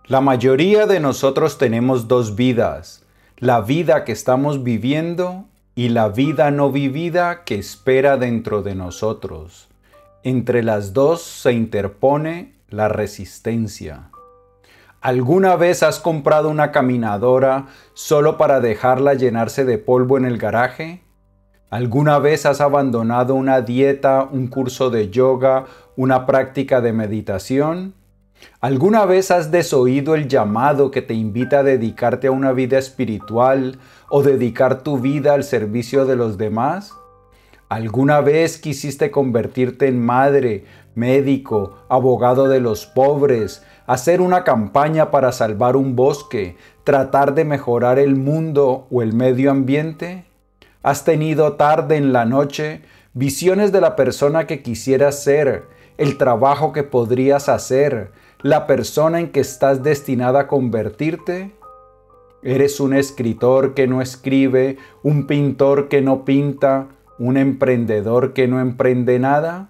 La mayoría de nosotros tenemos dos vidas, la vida que estamos viviendo y la vida no vivida que espera dentro de nosotros. Entre las dos se interpone la resistencia. ¿Alguna vez has comprado una caminadora solo para dejarla llenarse de polvo en el garaje? ¿Alguna vez has abandonado una dieta, un curso de yoga, una práctica de meditación? ¿Alguna vez has desoído el llamado que te invita a dedicarte a una vida espiritual o dedicar tu vida al servicio de los demás? ¿Alguna vez quisiste convertirte en madre, médico, abogado de los pobres, hacer una campaña para salvar un bosque, tratar de mejorar el mundo o el medio ambiente? ¿Has tenido tarde en la noche visiones de la persona que quisieras ser, el trabajo que podrías hacer, la persona en que estás destinada a convertirte? ¿Eres un escritor que no escribe, un pintor que no pinta, un emprendedor que no emprende nada?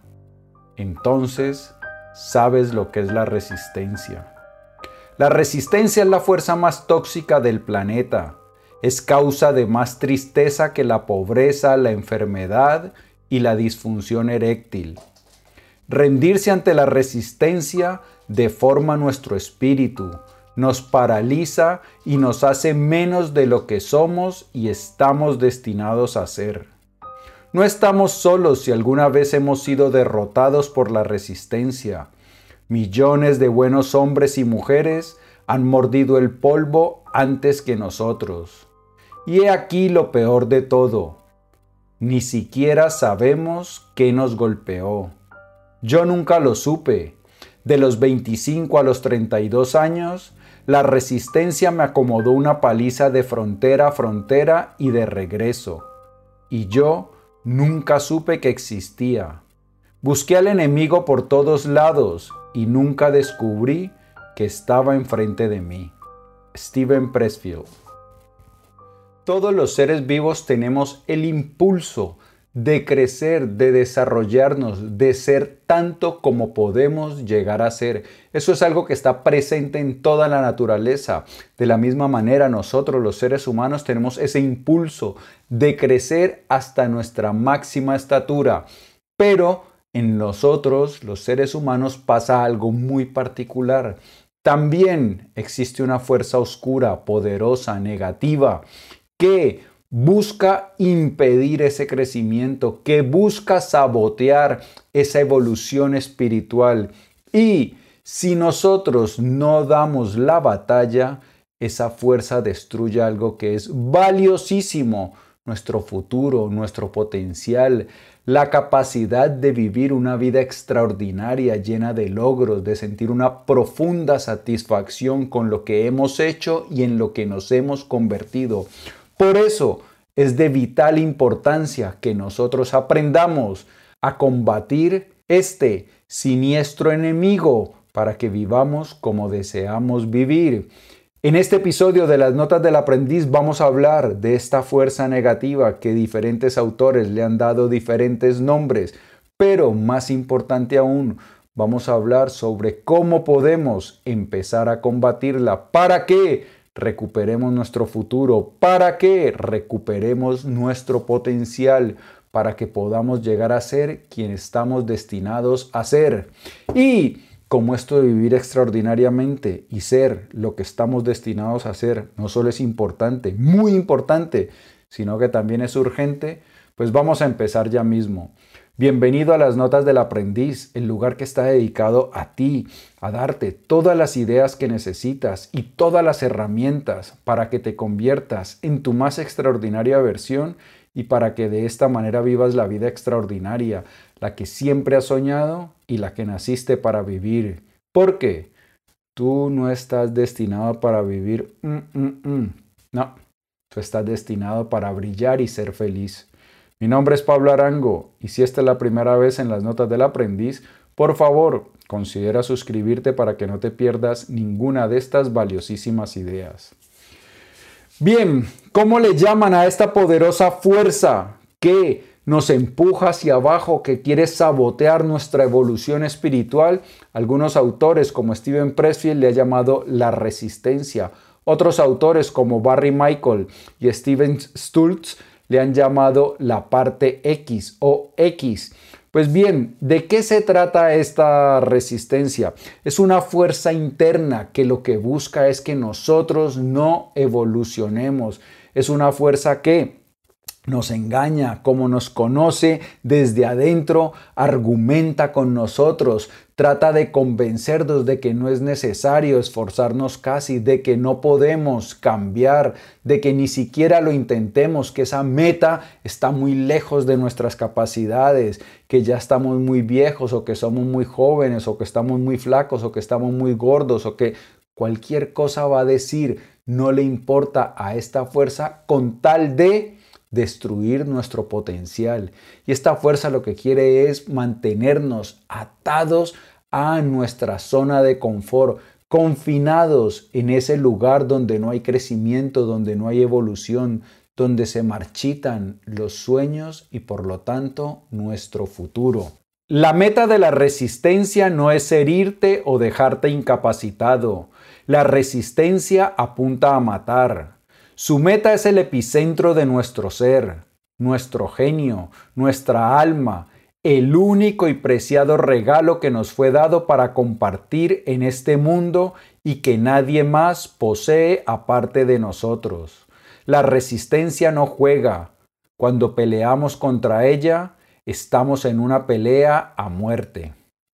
Entonces, sabes lo que es la resistencia. La resistencia es la fuerza más tóxica del planeta. Es causa de más tristeza que la pobreza, la enfermedad y la disfunción eréctil. Rendirse ante la resistencia deforma nuestro espíritu, nos paraliza y nos hace menos de lo que somos y estamos destinados a ser. No estamos solos si alguna vez hemos sido derrotados por la resistencia. Millones de buenos hombres y mujeres han mordido el polvo antes que nosotros. Y he aquí lo peor de todo. Ni siquiera sabemos qué nos golpeó. Yo nunca lo supe. De los 25 a los 32 años, la resistencia me acomodó una paliza de frontera a frontera y de regreso. Y yo nunca supe que existía. Busqué al enemigo por todos lados y nunca descubrí que estaba enfrente de mí. Steven Pressfield. Todos los seres vivos tenemos el impulso de crecer, de desarrollarnos, de ser tanto como podemos llegar a ser. Eso es algo que está presente en toda la naturaleza. De la misma manera, nosotros los seres humanos tenemos ese impulso de crecer hasta nuestra máxima estatura. Pero en nosotros, los seres humanos, pasa algo muy particular. También existe una fuerza oscura, poderosa, negativa, que busca impedir ese crecimiento, que busca sabotear esa evolución espiritual. Y si nosotros no damos la batalla, esa fuerza destruye algo que es valiosísimo: nuestro futuro, nuestro potencial, la capacidad de vivir una vida extraordinaria, llena de logros, de sentir una profunda satisfacción con lo que hemos hecho y en lo que nos hemos convertido. Por eso es de vital importancia que nosotros aprendamos a combatir este siniestro enemigo para que vivamos como deseamos vivir. En este episodio de las Notas del Aprendiz vamos a hablar de esta fuerza negativa que diferentes autores le han dado diferentes nombres, pero más importante aún, vamos a hablar sobre cómo podemos empezar a combatirla. ¿Para qué? Recuperemos nuestro futuro, para que recuperemos nuestro potencial, para que podamos llegar a ser quien estamos destinados a ser. Y como esto de vivir extraordinariamente y ser lo que estamos destinados a ser no solo es importante, muy importante, sino que también es urgente, pues vamos a empezar ya mismo. Bienvenido a las Notas del Aprendiz, el lugar que está dedicado a ti, a darte todas las ideas que necesitas y todas las herramientas para que te conviertas en tu más extraordinaria versión y para que de esta manera vivas la vida extraordinaria, la que siempre has soñado y la que naciste para vivir. ¿Por qué? Tú no estás destinado para vivir. No, tú estás destinado para brillar y ser feliz. Mi nombre es Pablo Arango y si esta es la primera vez en las Notas del Aprendiz, por favor, considera suscribirte para que no te pierdas ninguna de estas valiosísimas ideas. Bien, ¿cómo le llaman a esta poderosa fuerza que nos empuja hacia abajo, que quiere sabotear nuestra evolución espiritual. Algunos autores como Steven Pressfield le ha llamado la resistencia. Otros autores como Barry Michael y Steven Stultz le han llamado la parte X o X. Pues bien, ¿de qué se trata esta resistencia? Es una fuerza interna que lo que busca es que nosotros no evolucionemos. Es una fuerza que nos engaña, como nos conoce desde adentro, argumenta con nosotros, trata de convencernos de que no es necesario esforzarnos casi, de que no podemos cambiar, de que ni siquiera lo intentemos, que esa meta está muy lejos de nuestras capacidades, que ya estamos muy viejos o que somos muy jóvenes o que estamos muy flacos o que estamos muy gordos o que cualquier cosa va a decir, no le importa a esta fuerza con tal de destruir nuestro potencial. Y esta fuerza lo que quiere es mantenernos atados a nuestra zona de confort, confinados en ese lugar donde no hay crecimiento, donde no hay evolución, donde se marchitan los sueños y por lo tanto nuestro futuro. La meta de la resistencia no es herirte o dejarte incapacitado. La resistencia apunta a matar. Su meta es el epicentro de nuestro ser, nuestro genio, nuestra alma, el único y preciado regalo que nos fue dado para compartir en este mundo y que nadie más posee aparte de nosotros. La resistencia no juega. Cuando peleamos contra ella, estamos en una pelea a muerte.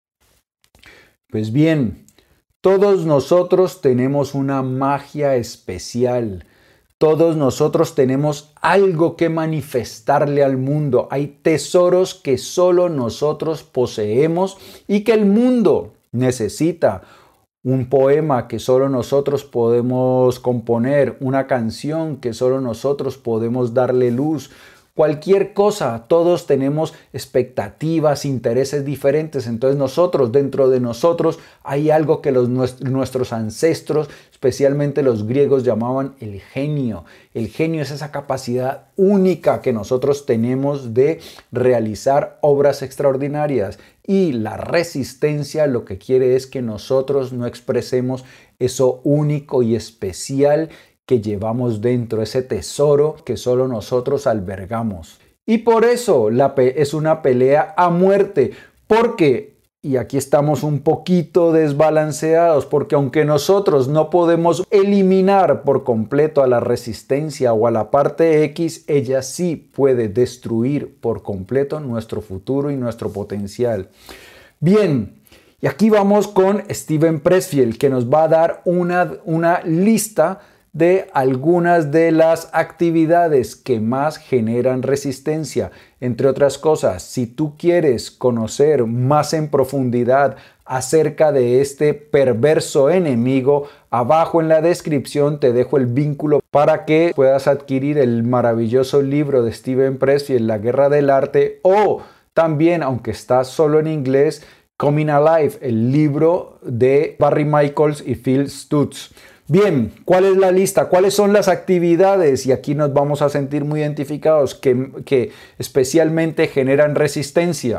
Pues bien, todos nosotros tenemos una magia especial. Todos nosotros tenemos algo que manifestarle al mundo. Hay tesoros que solo nosotros poseemos y que el mundo necesita. Un poema que solo nosotros podemos componer, una canción que solo nosotros podemos darle luz. Cualquier cosa, todos tenemos expectativas, intereses diferentes, entonces dentro de nosotros hay algo que nuestros ancestros, especialmente los griegos, llamaban el genio. El genio es esa capacidad única que nosotros tenemos de realizar obras extraordinarias y la resistencia lo que quiere es que nosotros no expresemos eso único y especial que llevamos dentro, ese tesoro que solo nosotros albergamos. Y por eso es una pelea a muerte, porque, y aquí estamos un poquito desbalanceados, porque aunque nosotros no podemos eliminar por completo a la resistencia o a la parte X, ella sí puede destruir por completo nuestro futuro y nuestro potencial. Bien. Y aquí vamos con Steven Pressfield, que nos va a dar una lista de algunas de las actividades que más generan resistencia. Entre otras cosas, si tú quieres conocer más en profundidad acerca de este perverso enemigo, abajo en la descripción te dejo el vínculo para que puedas adquirir el maravilloso libro de Steven Pressfield, La Guerra del Arte, o también, aunque está solo en inglés, Coming Alive, el libro de Barry Michaels y Phil Stutz. Bien, ¿cuál es la lista? ¿Cuáles son las actividades? Y aquí nos vamos a sentir muy identificados que especialmente generan resistencia.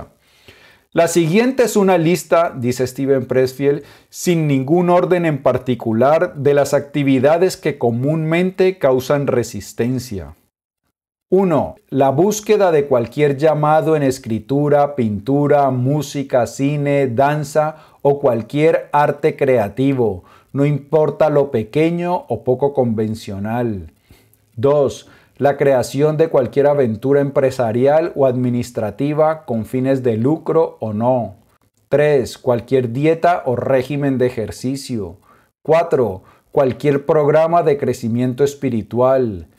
La siguiente es una lista, dice Steven Pressfield, sin ningún orden en particular de las actividades que comúnmente causan resistencia. 1. La búsqueda de cualquier llamado en escritura, pintura, música, cine, danza o cualquier arte creativo, no importa lo pequeño o poco convencional. 2. La creación de cualquier aventura empresarial o administrativa con fines de lucro o no. 3. Cualquier dieta o régimen de ejercicio. 4. Cualquier programa de crecimiento espiritual.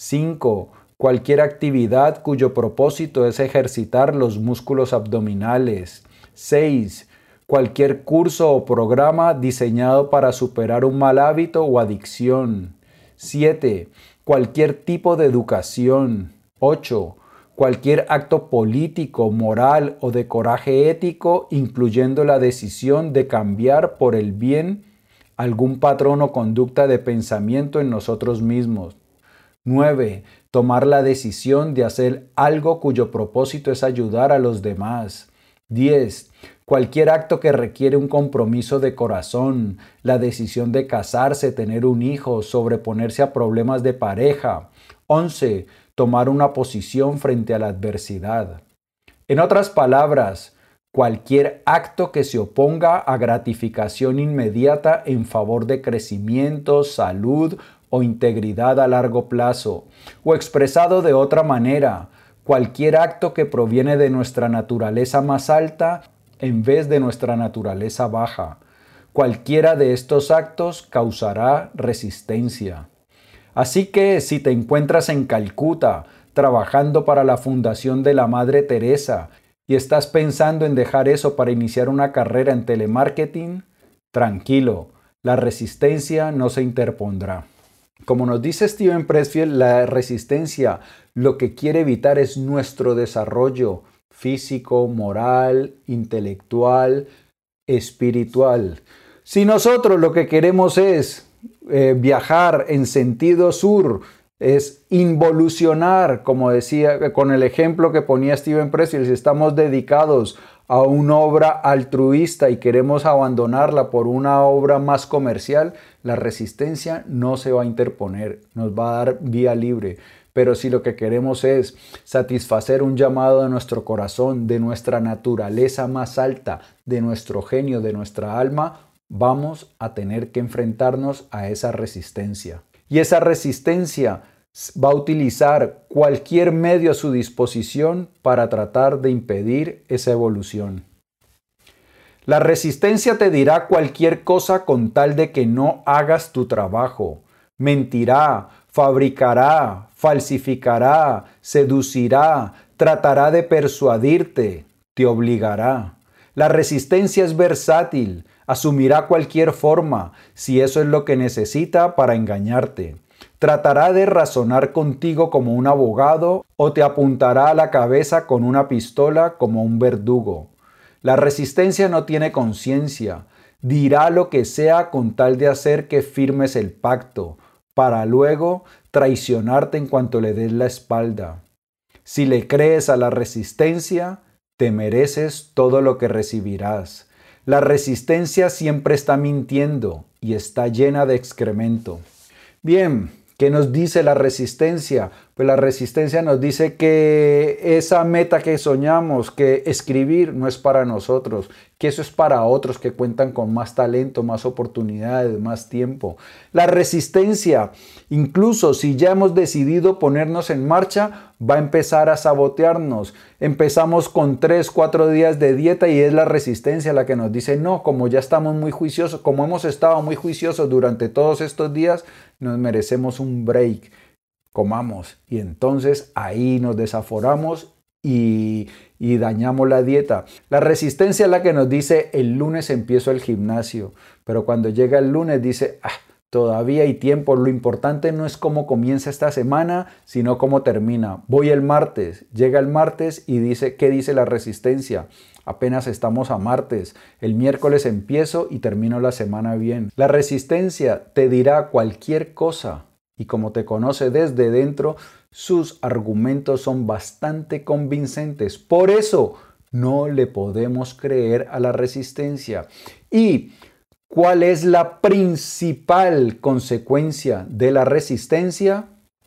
5. Cualquier actividad cuyo propósito es ejercitar los músculos abdominales. 6. Cualquier curso o programa diseñado para superar un mal hábito o adicción. 7. Cualquier tipo de educación. 8. Cualquier acto político, moral o de coraje ético, incluyendo la decisión de cambiar por el bien algún patrón o conducta de pensamiento en nosotros mismos. 9. Tomar la decisión de hacer algo cuyo propósito es ayudar a los demás. 10. Cualquier acto que requiere un compromiso de corazón, la decisión de casarse, tener un hijo, sobreponerse a problemas de pareja. 11. Tomar una posición frente a la adversidad. En otras palabras, cualquier acto que se oponga a gratificación inmediata en favor de crecimiento, salud o integridad a largo plazo. O expresado de otra manera, cualquier acto que proviene de nuestra naturaleza más alta en vez de nuestra naturaleza baja. Cualquiera de estos actos causará resistencia. Así que si te encuentras en Calcuta, trabajando para la fundación de la Madre Teresa, y estás pensando en dejar eso para iniciar una carrera en telemarketing, tranquilo, la resistencia no se interpondrá. Como nos dice Steven Pressfield, la resistencia lo que quiere evitar es nuestro desarrollo físico, moral, intelectual, espiritual. Si nosotros lo que queremos es viajar en sentido sur, es involucionar, como decía con el ejemplo que ponía Steven Pressfield, si estamos dedicados a una obra altruista y queremos abandonarla por una obra más comercial, la resistencia no se va a interponer, nos va a dar vía libre. Pero si lo que queremos es satisfacer un llamado de nuestro corazón, de nuestra naturaleza más alta, de nuestro genio, de nuestra alma, vamos a tener que enfrentarnos a esa resistencia. Y esa resistencia va a utilizar cualquier medio a su disposición para tratar de impedir esa evolución. La resistencia te dirá cualquier cosa con tal de que no hagas tu trabajo. Mentirá, fabricará, falsificará, seducirá, tratará de persuadirte, te obligará. La resistencia es versátil, asumirá cualquier forma, si eso es lo que necesita para engañarte. Tratará de razonar contigo como un abogado o te apuntará a la cabeza con una pistola como un verdugo. La resistencia no tiene conciencia, dirá lo que sea con tal de hacer que firmes el pacto, para luego traicionarte en cuanto le des la espalda. Si le crees a la resistencia, te mereces todo lo que recibirás. La resistencia siempre está mintiendo y está llena de excremento. Bien, ¿qué nos dice la resistencia? Pues la resistencia nos dice que esa meta que soñamos, que escribir no es para nosotros, que eso es para otros que cuentan con más talento, más oportunidades, más tiempo. La resistencia, incluso si ya hemos decidido ponernos en marcha, va a empezar a sabotearnos. Empezamos con 3, 4 días de dieta y es la resistencia la que nos dice, no, como ya estamos muy juiciosos, como hemos estado muy juiciosos durante todos estos días, nos merecemos un break. Comamos, y entonces ahí nos desaforamos y dañamos la dieta. La resistencia es la que nos dice el lunes empiezo el gimnasio, pero cuando llega el lunes dice todavía hay tiempo, lo importante no es cómo comienza esta semana, sino cómo termina. Voy el martes, llega el martes y dice, ¿qué dice la resistencia? Apenas estamos a martes, el miércoles empiezo y termino la semana bien. La resistencia te dirá cualquier cosa. Y como te conoce desde dentro, sus argumentos son bastante convincentes. Por eso no le podemos creer a la resistencia. ¿Y cuál es la principal consecuencia de la resistencia?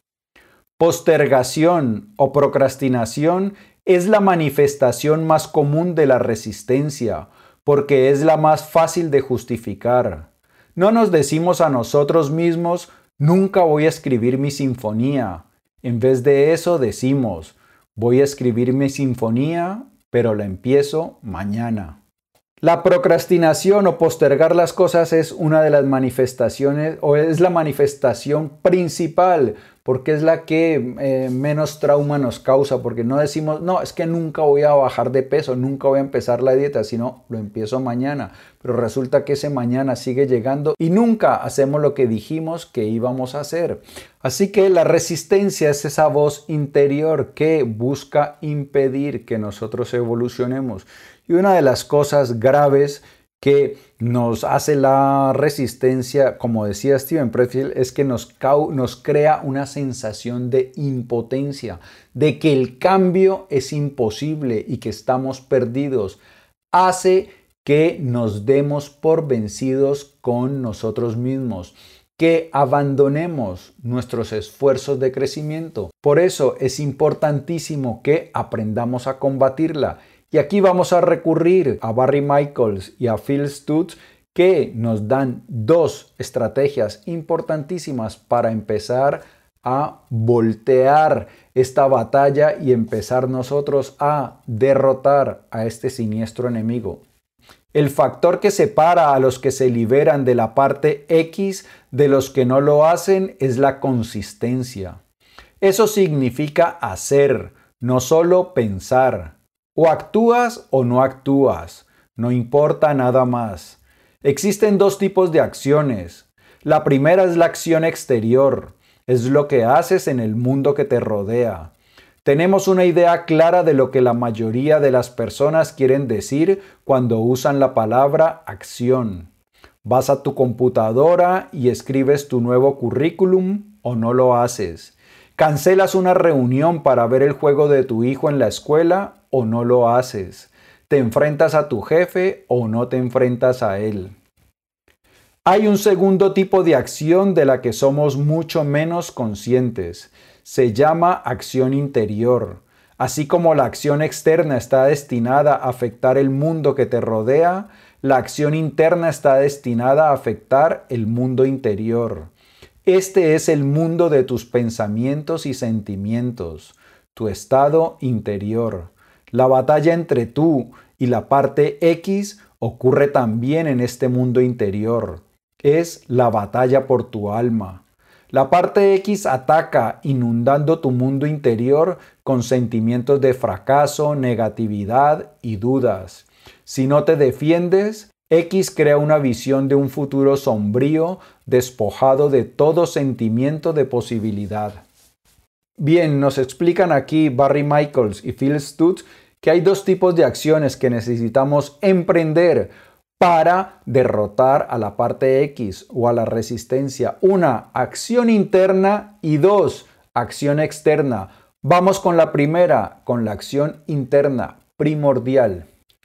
Postergación o procrastinación es la manifestación más común de la resistencia, porque es la más fácil de justificar. No nos decimos a nosotros mismos, nunca voy a escribir mi sinfonía. En vez de eso decimos, voy a escribir mi sinfonía, pero la empiezo mañana. La procrastinación o postergar las cosas es una de las manifestaciones o es la manifestación principal porque es la que menos trauma nos causa, porque no decimos, no, es que nunca voy a bajar de peso, nunca voy a empezar la dieta, sino lo empiezo mañana, pero resulta que ese mañana sigue llegando y nunca hacemos lo que dijimos que íbamos a hacer. Así que la resistencia es esa voz interior que busca impedir que nosotros evolucionemos. Y una de las cosas graves que nos hace la resistencia, como decía Steven Pressfield, es que nos crea una sensación de impotencia, de que el cambio es imposible y que estamos perdidos. Hace que nos demos por vencidos con nosotros mismos, que abandonemos nuestros esfuerzos de crecimiento. Por eso es importantísimo que aprendamos a combatirla. Y aquí vamos a recurrir a Barry Michaels y a Phil Stutz, que nos dan dos estrategias importantísimas para empezar a voltear esta batalla y empezar nosotros a derrotar a este siniestro enemigo. El factor que separa a los que se liberan de la parte X de los que no lo hacen es la consistencia. Eso significa hacer, no solo pensar. O actúas o no actúas, no importa nada más. Existen dos tipos de acciones. La primera es la acción exterior, es lo que haces en el mundo que te rodea. Tenemos una idea clara de lo que la mayoría de las personas quieren decir cuando usan la palabra acción. Vas a tu computadora y escribes tu nuevo currículum o no lo haces. ¿Cancelas una reunión para ver el juego de tu hijo en la escuela o no lo haces? ¿Te enfrentas a tu jefe o no te enfrentas a él? Hay un segundo tipo de acción de la que somos mucho menos conscientes. Se llama acción interior. Así como la acción externa está destinada a afectar el mundo que te rodea, la acción interna está destinada a afectar el mundo interior. Este es el mundo de tus pensamientos y sentimientos, tu estado interior. La batalla entre tú y la parte X ocurre también en este mundo interior. Es la batalla por tu alma. La parte X ataca inundando tu mundo interior con sentimientos de fracaso, negatividad y dudas. Si no te defiendes, X crea una visión de un futuro sombrío, despojado de todo sentimiento de posibilidad. Bien, nos explican aquí Barry Michaels y Phil Stutz que hay dos tipos de acciones que necesitamos emprender para derrotar a la parte X o a la resistencia. Una, acción interna, y dos, acción externa. Vamos con la primera, con la acción interna, primordial.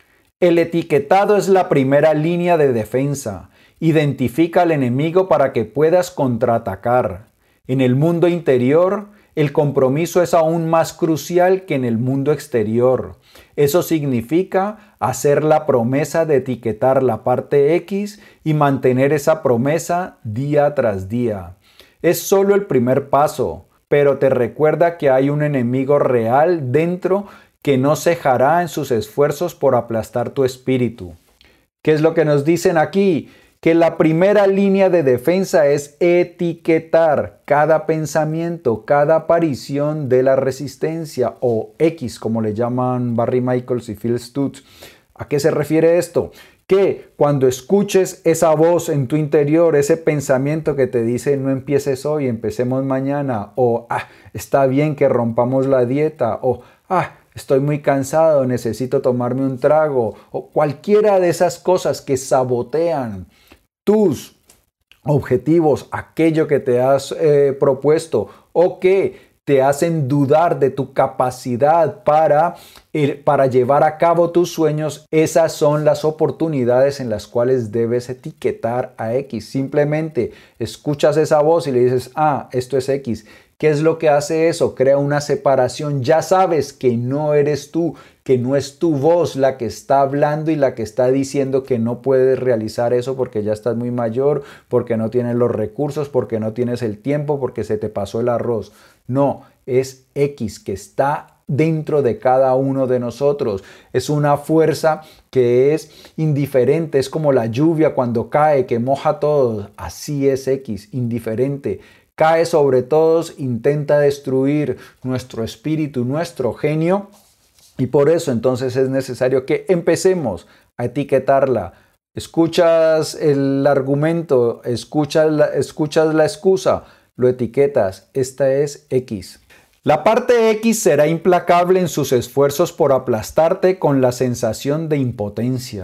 El etiquetado es la primera línea de defensa. Identifica al enemigo para que puedas contraatacar. En el mundo interior, el compromiso es aún más crucial que en el mundo exterior. Eso significa hacer la promesa de etiquetar la parte X y mantener esa promesa día tras día. Es solo el primer paso, pero te recuerda que hay un enemigo real dentro que no cejará en sus esfuerzos por aplastar tu espíritu. ¿Qué es lo que nos dicen aquí? Que la primera línea de defensa es etiquetar cada pensamiento, cada aparición de la resistencia, o X, como le llaman Barry Michaels y Phil Stutz. ¿A qué se refiere esto? Que cuando escuches esa voz en tu interior, ese pensamiento que te dice no empieces hoy, empecemos mañana, o está bien que rompamos la dieta, o estoy muy cansado, necesito tomarme un trago, o cualquiera de esas cosas que sabotean tus objetivos, aquello que te has propuesto, o que te hacen dudar de tu capacidad para llevar a cabo tus sueños. Esas son las oportunidades en las cuales debes etiquetar a X. Simplemente escuchas esa voz y le dices, esto es X. ¿Qué es lo que hace eso? Crea una separación. Ya sabes que no eres tú, que no es tu voz la que está hablando y la que está diciendo que no puedes realizar eso porque ya estás muy mayor, porque no tienes los recursos, porque no tienes el tiempo, porque se te pasó el arroz. No, es X que está dentro de cada uno de nosotros. Es una fuerza que es indiferente, es como la lluvia cuando cae, que moja a todos. Así es X, indiferente. Cae sobre todos, intenta destruir nuestro espíritu, nuestro genio, y por eso entonces es necesario que empecemos a etiquetarla. Escuchas el argumento, escuchas la excusa, lo etiquetas. Esta es X. La parte X será implacable en sus esfuerzos por aplastarte con la sensación de impotencia.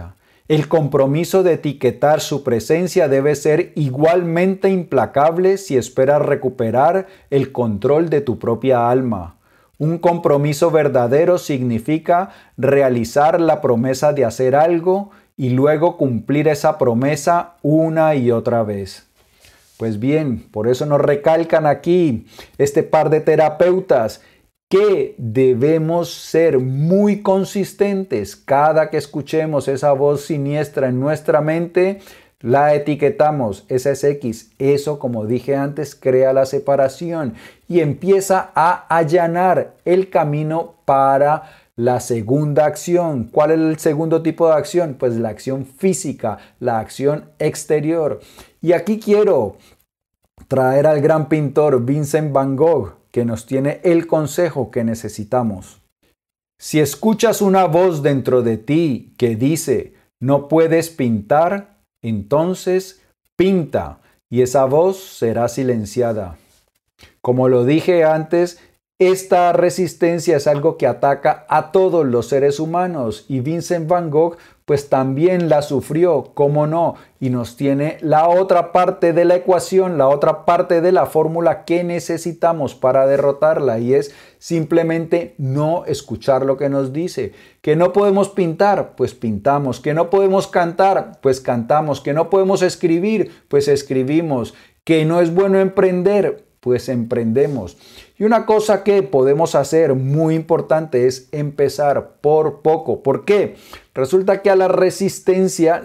El compromiso de etiquetar su presencia debe ser igualmente implacable si esperas recuperar el control de tu propia alma. Un compromiso verdadero significa realizar la promesa de hacer algo y luego cumplir esa promesa una y otra vez. Pues bien, por eso nos recalcan aquí este par de terapeutas que debemos ser muy consistentes. Cada que escuchemos esa voz siniestra en nuestra mente, la etiquetamos, esa es X. Eso, como dije antes, crea la separación y empieza a allanar el camino para la segunda acción. ¿Cuál es el segundo tipo de acción? Pues la acción física, la acción exterior. Y aquí quiero traer al gran pintor Vincent Van Gogh, que nos tiene el consejo que necesitamos. Si escuchas una voz dentro de ti que dice, no puedes pintar, entonces pinta y esa voz será silenciada. Como lo dije antes, esta resistencia es algo que ataca a todos los seres humanos y Vincent Van Gogh pues también la sufrió, cómo no, y nos tiene la otra parte de la ecuación, la otra parte de la fórmula que necesitamos para derrotarla y es simplemente no escuchar lo que nos dice. Que no podemos pintar, pues pintamos. Que no podemos cantar, pues cantamos. Que no podemos escribir, pues escribimos. Que no es bueno emprender, pues emprendemos. Y una cosa que podemos hacer muy importante es empezar por poco. ¿Por qué? Resulta que a la resistencia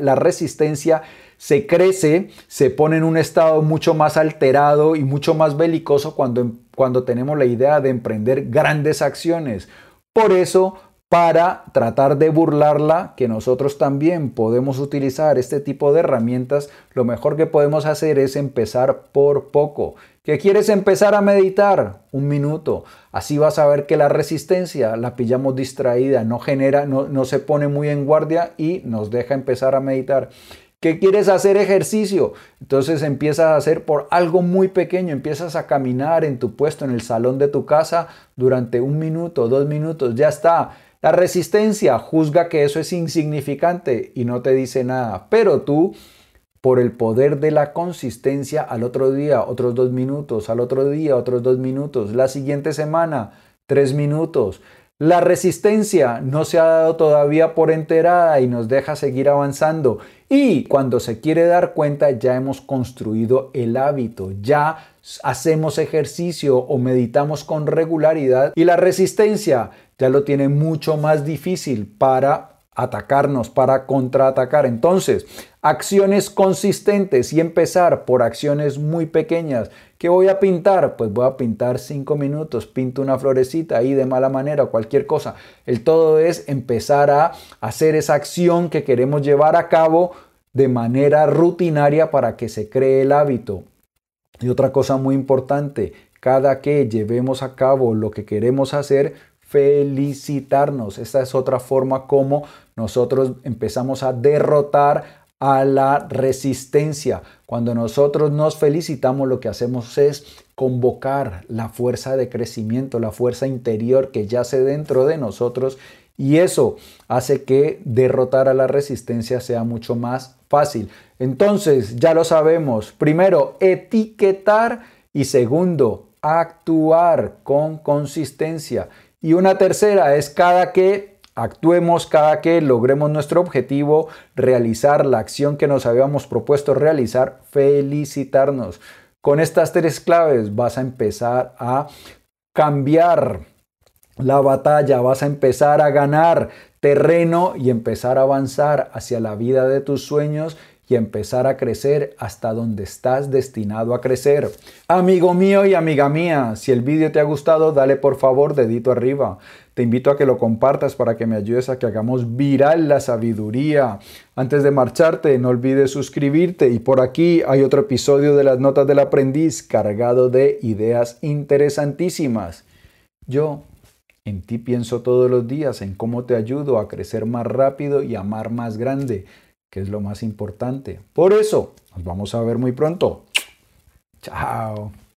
se crece, se pone en un estado mucho más alterado y mucho más belicoso cuando tenemos la idea de emprender grandes acciones. Por eso, para tratar de burlarla, que nosotros también podemos utilizar este tipo de herramientas, lo mejor que podemos hacer es empezar por poco. ¿Qué quieres empezar a meditar? 1 minuto. Así vas a ver que la resistencia la pillamos distraída, no se pone muy en guardia y nos deja empezar a meditar. ¿Qué quieres hacer ejercicio? Entonces empiezas a hacer por algo muy pequeño, empiezas a caminar en tu puesto, en el salón de tu casa durante 1 minuto, 2 minutos, ya está. La resistencia juzga que eso es insignificante y no te dice nada, pero tú, por el poder de la consistencia, al otro día otros 2 minutos, al otro día otros 2 minutos, la siguiente semana 3 minutos. La resistencia no se ha dado todavía por enterada y nos deja seguir avanzando. Y cuando se quiere dar cuenta, ya hemos construido el hábito, ya hacemos ejercicio o meditamos con regularidad y la resistencia ya lo tiene mucho más difícil para atacarnos, para contraatacar. Entonces, acciones consistentes y empezar por acciones muy pequeñas. ¿Qué voy a pintar? Pues voy a pintar 5 minutos, pinto una florecita ahí de mala manera o cualquier cosa. El todo es empezar a hacer esa acción que queremos llevar a cabo de manera rutinaria para que se cree el hábito. Y otra cosa muy importante, cada que llevemos a cabo lo que queremos hacer, felicitarnos. Esta es otra forma como nosotros empezamos a derrotar a la resistencia. Cuando nosotros nos felicitamos, lo que hacemos es convocar la fuerza de crecimiento, la fuerza interior que yace dentro de nosotros y eso hace que derrotar a la resistencia sea mucho más fácil. Entonces, ya lo sabemos. Primero, etiquetar y segundo, actuar con consistencia. Y una tercera es cada que actuemos, cada que logremos nuestro objetivo, realizar la acción que nos habíamos propuesto realizar, felicitarnos. Con estas 3 claves vas a empezar a cambiar la batalla, vas a empezar a ganar terreno y empezar a avanzar hacia la vida de tus sueños y empezar a crecer hasta donde estás destinado a crecer. Amigo mío y amiga mía, si el vídeo te ha gustado, dale por favor dedito arriba. Te invito a que lo compartas para que me ayudes a que hagamos viral la sabiduría. Antes de marcharte, no olvides suscribirte y por aquí hay otro episodio de las Notas del Aprendiz cargado de ideas interesantísimas. Yo en ti pienso todos los días en cómo te ayudo a crecer más rápido y amar más grande, que es lo más importante. Por eso, nos vamos a ver muy pronto. Chao.